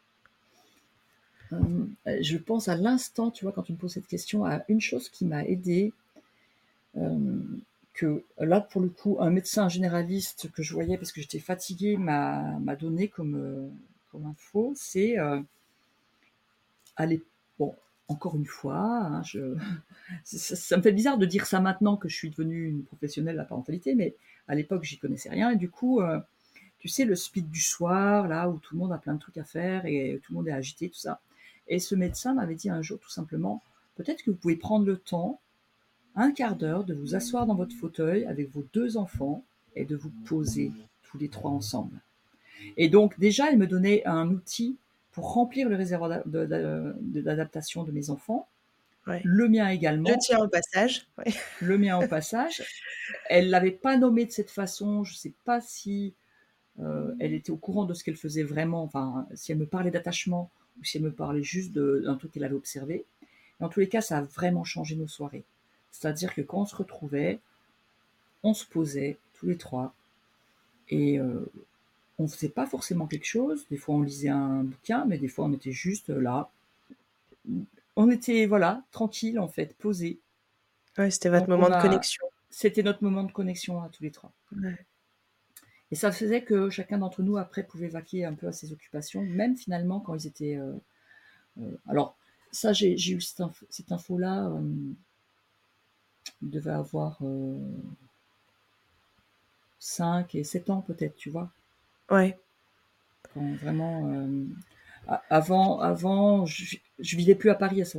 Euh, je pense à l'instant, tu vois, quand tu me poses cette question, à une chose qui m'a aidée, euh, que là, pour le coup, un médecin généraliste que je voyais parce que j'étais fatiguée m'a, m'a donné comme, euh, comme info, c'est euh, aller, bon, encore une fois, hein, je, ça, ça me fait bizarre de dire ça maintenant que je suis devenue une professionnelle de la parentalité, mais à l'époque, j'y connaissais rien. Et du coup, euh, tu sais, le speed du soir, là, où tout le monde a plein de trucs à faire et tout le monde est agité, tout ça. Et ce médecin m'avait dit un jour, tout simplement, peut-être que vous pouvez prendre le temps, un quart d'heure, de vous asseoir dans votre fauteuil avec vos deux enfants et de vous poser tous les trois ensemble. Et donc, déjà, il me donnait un outil pour remplir le réservoir d'adaptation de mes enfants, Ouais. le mien Le également, tien au passage. Ouais. le mien au passage. Elle l'avait pas nommé de cette façon. Je sais pas si euh, elle était au courant de ce qu'elle faisait vraiment. Enfin, si elle me parlait d'attachement ou si elle me parlait juste de- d'un truc qu'elle avait observé. Mais en tous les cas, ça a vraiment changé nos soirées. C'est-à-dire que quand on se retrouvait, on se posait tous les trois et euh, on faisait pas forcément quelque chose. Des fois, on lisait un bouquin, mais des fois, on était juste là. On était, voilà, tranquille en fait, posé. Ouais, c'était votre Donc, on moment de a, connexion. c'était notre moment de connexion à tous les trois. Ouais. Et ça faisait que chacun d'entre nous, après, pouvait vaquer un peu à ses occupations, même finalement quand ils étaient. Euh, euh, alors, ça, j'ai, j'ai eu cette, info, cette info-là, euh, il devait avoir euh, cinq et sept ans peut-être, tu vois. Ouais. Quand vraiment. Euh, a- avant, avant je, je vivais plus à Paris à ce moment-là.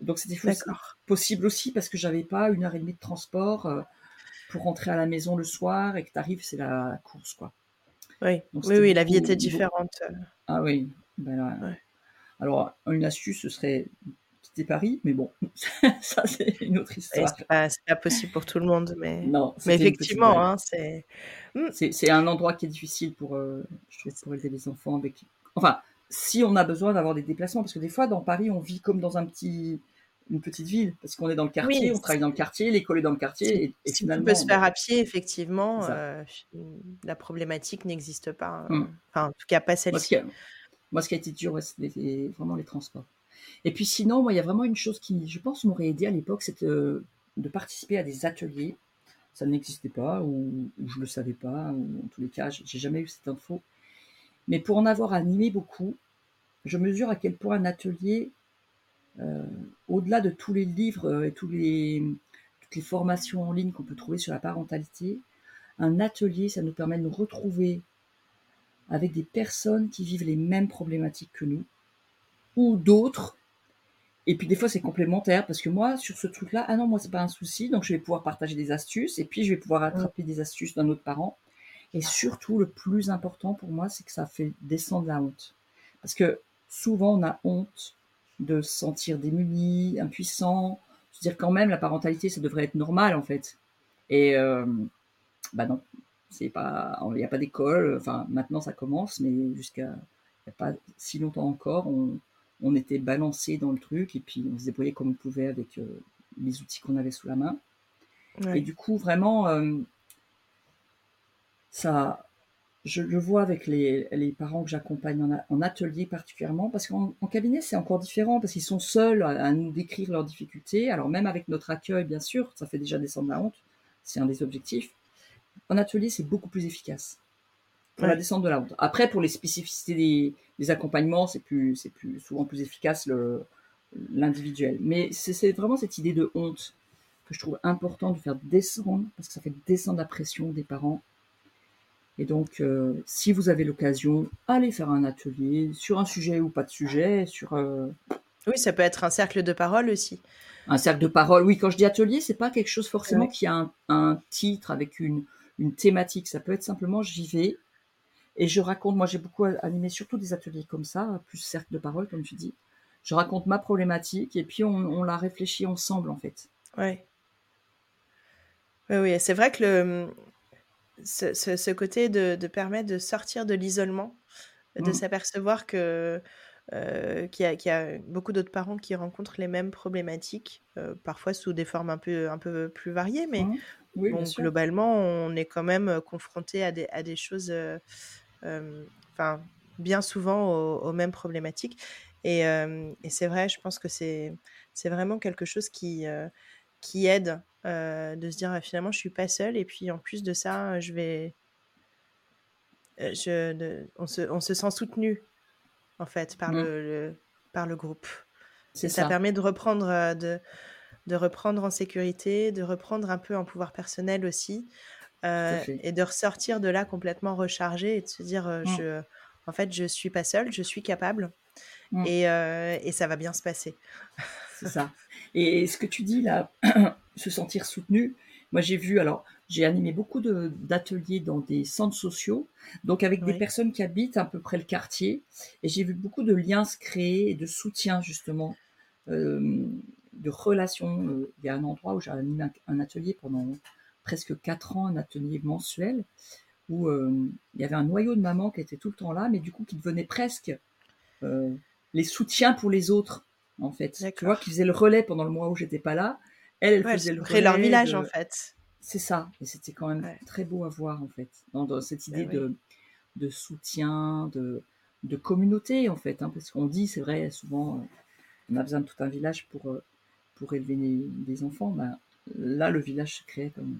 Donc c'était fossi D'accord. possible aussi parce que j'avais pas une heure et demie de transport, heu, pour rentrer à la maison le soir et que tu arrives, c'est la course, quoi. Oui, Donc oui, c'était oui, la vie beaucoup était beau différente, heu, ah oui, ben là, ouais. alors une astuce, ce serait quitter Paris, mais bon, ça c'est une autre Et histoire. c'est pas c'est pas possible pour tout le monde, mais Non, mais c'était une petite effectivement, blague. hein, c'est mmh, C'est c'est un endroit qui est difficile pour, heu, je trouve, pour élever les enfants avec enfin, si on a besoin d'avoir des déplacements, parce que des fois dans Paris, on vit comme dans un petit une petite ville, parce qu'on est dans le oui, quartier, on travaille dans le si quartier, l'école est dans le si quartier et et si tout peut finalement, se faire bon, à pied, c'est effectivement, ça. heu, fi la problématique n'existe pas, heu, Mmh. enfin, en tout cas pas Moi ce qui celle-ci. a moi ce qui a été dur, ouais, c'est les vraiment les transports. Et puis sinon, moi, il y a vraiment une chose qui, je pense, m'aurait aidée à l'époque, c'est de de participer à des ateliers. Ça n'existait pas ou ou je le savais pas ou en tous les cas, j'ai j'ai jamais eu cette info. Mais pour en avoir animé beaucoup, je mesure à quel point un atelier, heu, au-delà de tous les livres, heu, et tous les toutes les formations en ligne qu'on peut trouver sur la parentalité, un atelier, ça nous permet de nous retrouver avec des personnes qui vivent les mêmes problématiques que nous ou d'autres. Et puis des fois, c'est complémentaire parce que moi, sur ce truc-là, ah non, moi, c'est pas un souci, donc je vais pouvoir partager des astuces et puis je vais pouvoir Mmh. attraper des astuces d'un autre parent. Et surtout, le plus important pour moi, c'est que ça fait descendre la honte. Parce que souvent, on a honte de se sentir démuni, impuissant, se dire quand même la parentalité, ça devrait être normal en fait. Et euh, bah non, c'est pas, il n'y a pas d'école. Enfin, maintenant ça commence, mais jusqu'à il n'y a pas si longtemps encore, on, on était balancé dans le truc et puis on se débrouillait comme on pouvait avec euh, les outils qu'on avait sous la main. Et Ouais. du coup, vraiment, euh, ça, je le vois avec les, les parents que j'accompagne en, a- en atelier particulièrement, parce qu'en en cabinet, c'est encore différent, parce qu'ils sont seuls à, à nous décrire leurs difficultés. Alors même avec notre accueil, bien sûr, ça fait déjà descendre la honte, c'est un des objectifs. En atelier, c'est beaucoup plus efficace pour la Ouais. descente de la honte. Après, pour les spécificités des, des accompagnements, c'est plus, c'est plus souvent plus efficace le, l'individuel. Mais c'est c'est vraiment cette idée de honte que je trouve important de faire descendre, parce que ça fait descendre la pression des parents. Et donc, euh, si vous avez l'occasion, allez faire un atelier sur un sujet ou pas de sujet, sur euh, Oui, ça peut être un cercle de parole aussi. un cercle de parole. Oui, quand je dis atelier, c'est pas quelque chose forcément Ouais. qui a un, un titre avec une, une thématique. Ça peut être simplement j'y vais et je raconte. Moi, j'ai beaucoup animé surtout des ateliers comme ça, plus cercle de parole, comme tu dis. Je raconte ma problématique et puis on, on la réfléchit ensemble en fait. Ouais. Oui, oui, c'est vrai que le, mmh, ce ce ce côté de de permettre de sortir de l'isolement, de Mm. s'apercevoir que, heu, qu'il y a qu'il y a beaucoup d'autres parents qui rencontrent les mêmes problématiques, heu, parfois sous des formes un peu un peu plus variées, mais Mm. Oui, bien bon, sûr. globalement, on est quand même, heu, confrontés à des à des choses, heu, hem, enfin, bien souvent aux aux mêmes problématiques et hem et c'est vrai, je pense que c'est c'est vraiment quelque chose qui, heu, qui aide, heu, de se dire: «Ah, finalement, je suis pas seule» et puis en plus de ça, je vais, heu, je de on se on se sent soutenu, en fait, par Mm. le le par le groupe C'est et ça ça, permet de reprendre, heu, de de reprendre en sécurité, de reprendre un peu en pouvoir personnel aussi, tout à heu fait. et de ressortir de là complètement rechargé et de se dire, heu: Mm. «Je en fait, je suis pas seule, je suis capable Mm. et heu et ça va bien se passer». C'est ça. Et ce que tu dis là, se sentir soutenu, moi j'ai vu, alors j'ai animé beaucoup de- d'ateliers dans des centres sociaux, donc avec des Oui, personnes qui habitent à peu près le quartier, et j'ai vu beaucoup de liens se créer et de soutien justement, euh, de relations. Euh, Il y a un endroit où j'ai animé un, un atelier pendant presque quatre ans, un atelier mensuel, où euh, il y avait un noyau de mamans qui était tout le temps là, mais du coup qui devenait presque euh, les soutiens pour les autres, en fait. Tu vois, qui d'accord. faisaient le relais pendant le mois où j'étais pas là. Elle, elle Ouais, elles faisait se le sont créées leur relais village, en de. fait. C'est ça. Et c'était quand même Ouais, très beau à voir, en fait. Dans, dans cette bah, idée oui. de, de soutien, de, de communauté, en fait. Hein, parce qu'on dit, c'est vrai, souvent, euh, on a besoin de tout un village pour, euh, pour élever des, des enfants. Ben, là, le village se créait comme.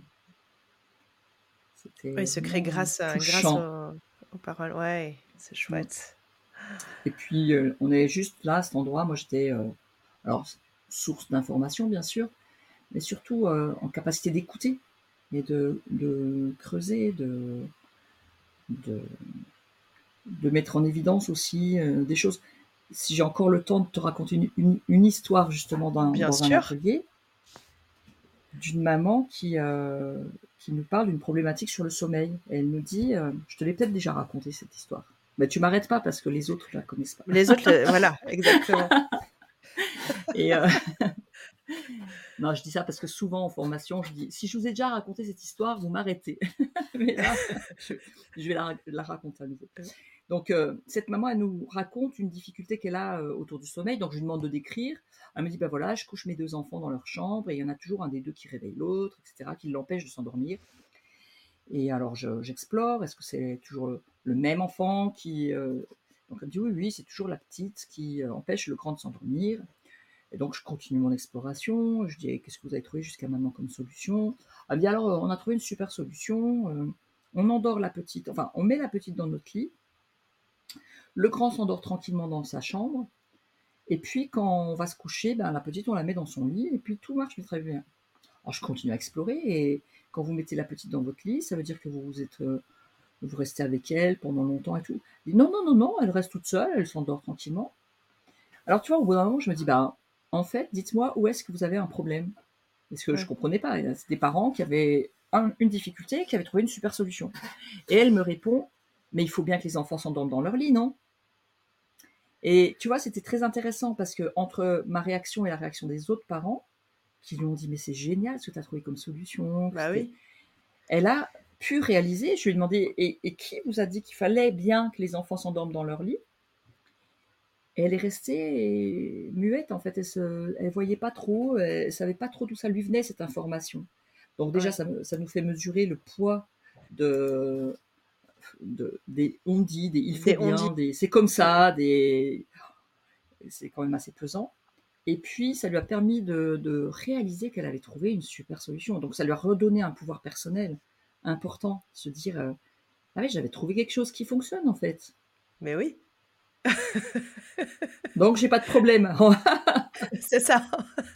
Oui, C'était se crée vraiment euh, grâce à grâce touchant. aux aux paroles. Ouais, c'est Mm. chouette. Et puis, euh, on est juste là, à cet endroit. Moi, j'étais. Euh, alors, source d'information, bien sûr, mais surtout euh, en capacité d'écouter et de, de creuser, de, de, de mettre en évidence aussi euh, des choses. si j'ai encore le temps de te raconter une, une, une histoire justement dans, Bien dans un sûr. atelier d'une maman qui, euh, qui nous parle d'une problématique sur le sommeil. Et elle nous dit, euh, je te l'ai peut-être déjà raconté cette histoire. Mais tu m'arrêtes pas parce que les autres ne la connaissent pas. Les autres, le... voilà, exactement. Et euh... non, je dis ça parce que souvent en formation, je dis, si je vous ai déjà raconté cette histoire, vous m'arrêtez. Mais là, je, je vais la, la raconter à nouveau. Donc, euh, cette maman, elle nous raconte une difficulté qu'elle a euh, autour du sommeil. Donc, je lui demande de décrire. Elle me dit, ben voilà, je couche mes deux enfants dans leur chambre et il y en a toujours un des deux qui réveille l'autre, et cetera, qui l'empêche de s'endormir. Et alors, je, j'explore. Est-ce que c'est toujours le, le même enfant qui... Euh... Donc, elle me dit, oui, oui, c'est toujours la petite qui euh, empêche le grand de s'endormir. Et donc, je continue mon exploration. Je dis, eh, qu'est-ce que vous avez trouvé jusqu'à maintenant comme solution? Elle me dit, alors, on a trouvé une super solution. Euh, on endort la petite, enfin, on met la petite dans notre lit. Le grand s'endort tranquillement dans sa chambre. Et puis, quand on va se coucher, ben, la petite, on la met dans son lit. Et puis, tout marche très bien. Alors, je continue à explorer. Et quand vous mettez la petite dans votre lit, ça veut dire que vous, vous, êtes, euh, vous restez avec elle pendant longtemps et tout. Elle dit, non, non, non, non, elle reste toute seule. Elle s'endort tranquillement. Alors, tu vois, au bout d'un moment, je me dis, bah, en fait, dites-moi où est-ce que vous avez un problème. Parce que ouais. Je ne comprenais pas. C'est des parents qui avaient un, une difficulté, qui avaient trouvé une super solution. Et elle me répond, mais il faut bien que les enfants s'endorment dans leur lit, non? Et tu vois, c'était très intéressant parce que entre ma réaction et la réaction des autres parents, qui lui ont dit, mais c'est génial ce que tu as trouvé comme solution. Bah oui. Elle a pu réaliser, je lui ai demandé, et, et qui vous a dit qu'il fallait bien que les enfants s'endorment dans leur lit? Et elle est restée muette, en fait. Elle ne voyait pas trop, elle ne savait pas trop d'où ça lui venait, cette information. Donc déjà, ouais. ça, ça nous fait mesurer le poids de, de, des on dit, des il faut des bien, des c'est comme ça, des... c'est quand même assez pesant. Et puis, ça lui a permis de, de réaliser qu'elle avait trouvé une super solution. Donc, ça lui a redonné un pouvoir personnel important, se dire, euh, ah oui, j'avais trouvé quelque chose qui fonctionne, en fait. Mais oui. Donc, j'ai pas de problème. C'est ça.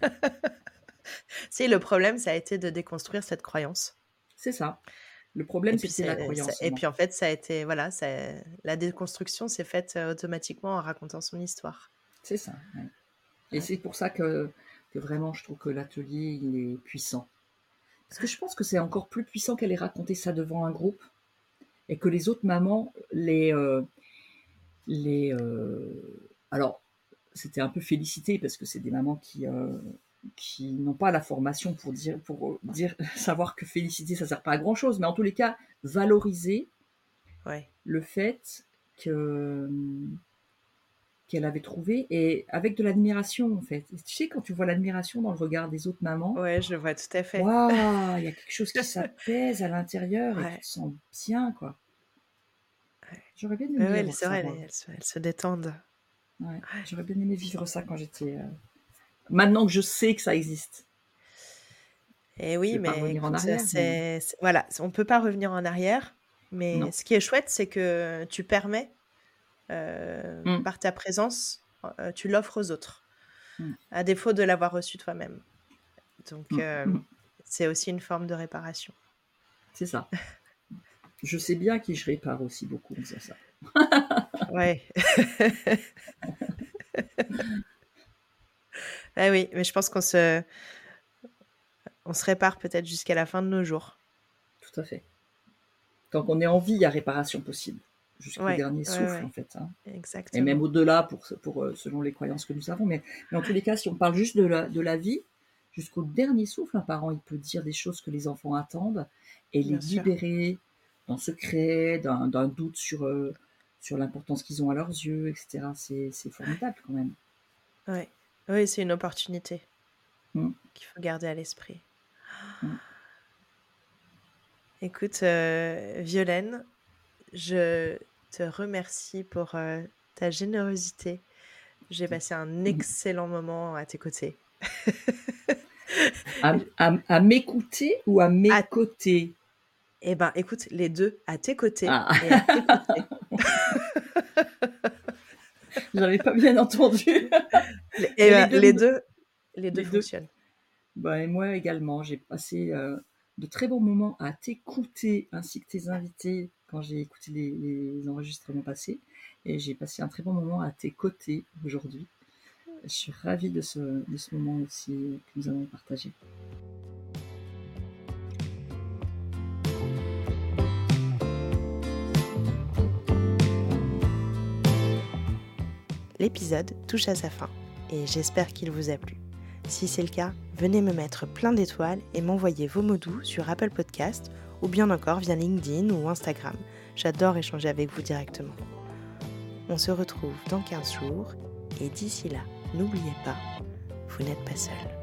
Si, le problème, ça a été de déconstruire cette croyance. C'est ça. Le problème, c'était la croyance. Ça, et puis, en fait, ça a été, voilà, ça, la déconstruction s'est faite euh, automatiquement en racontant son histoire. C'est ça. Ouais. Et ouais. C'est pour ça que, que vraiment, je trouve que l'atelier, il est puissant. Parce que je pense que c'est encore plus puissant qu'elle ait raconté ça devant un groupe et que les autres mamans les... Euh, les euh... Alors, c'était un peu félicité parce que c'est des mamans qui... Euh, qui n'ont pas la formation pour dire, pour dire, savoir que féliciter, ça ne sert pas à grand-chose, mais en tous les cas, valoriser ouais. le fait que, qu'elle avait trouvé, et avec de l'admiration, en fait. Et tu sais, quand tu vois l'admiration dans le regard des autres mamans, ouais, je vois tout à fait. Waouh, il y a quelque chose qui s'apaise à l'intérieur ouais. Et tu te sens bien, quoi. Ouais. J'aurais bien aimé ouais, vivre c'est ça. vrai, elles, elles, se, elles se détendent. Ouais, ouais. J'aurais bien aimé vivre ça quand j'étais... Euh... Maintenant que je sais que ça existe. Et oui, je vais mais pas revenir écoute, en arrière, c'est, mais... c'est, voilà, on ne peut pas revenir en arrière, mais non. Ce qui est chouette, c'est que tu permets, euh, mm. par ta présence, euh, tu l'offres aux autres, mm. à défaut de l'avoir reçu toi-même. Donc, mm. Euh, mm. c'est aussi une forme de réparation. C'est ça. Je sais bien qui je répare aussi beaucoup en faisant ça. Ouais. Ah oui, mais je pense qu'on se, on se répare peut-être jusqu'à la fin de nos jours. Tout à fait. Tant qu'on est en vie, il y a réparation possible. Jusqu'au ouais, dernier souffle, ouais, ouais. en fait. Hein. Exactement. Et même au-delà, pour, pour, selon les croyances que nous avons. Mais, mais en tous les cas, si on parle juste de la, de la vie, jusqu'au dernier souffle, un parent, il peut dire des choses que les enfants attendent et les Bien libérer sûr. D'un secret, d'un, d'un doute sur, euh, sur l'importance qu'ils ont à leurs yeux, et cetera. C'est, c'est formidable quand même. Ouais. Oui, c'est une opportunité mm. qu'il faut garder à l'esprit. Mm. Écoute, euh, Violaine, je te remercie pour euh, ta générosité. J'ai passé un excellent moment à tes côtés. à, à, à m'écouter ou à mes à... côtés? Eh ben, écoute, les deux, à tes côtés ah. et à tes côtés. J'avais pas bien entendu. Les, et ben, les, deux, les deux, les deux les fonctionnent. Deux. Ben, et moi également, j'ai passé euh, de très bons moments à t'écouter ainsi que tes invités quand j'ai écouté les, les enregistrements passés. et j'ai passé un très bon moment à tes côtés aujourd'hui. Je suis ravie de ce, de ce moment aussi que nous avons partagé. L'épisode touche à sa fin et j'espère qu'il vous a plu. Si c'est le cas, venez me mettre plein d'étoiles et m'envoyer vos mots doux sur Apple Podcast ou bien encore via LinkedIn ou Instagram. J'adore échanger avec vous directement. On se retrouve dans quinze jours et d'ici là, n'oubliez pas, vous n'êtes pas seul.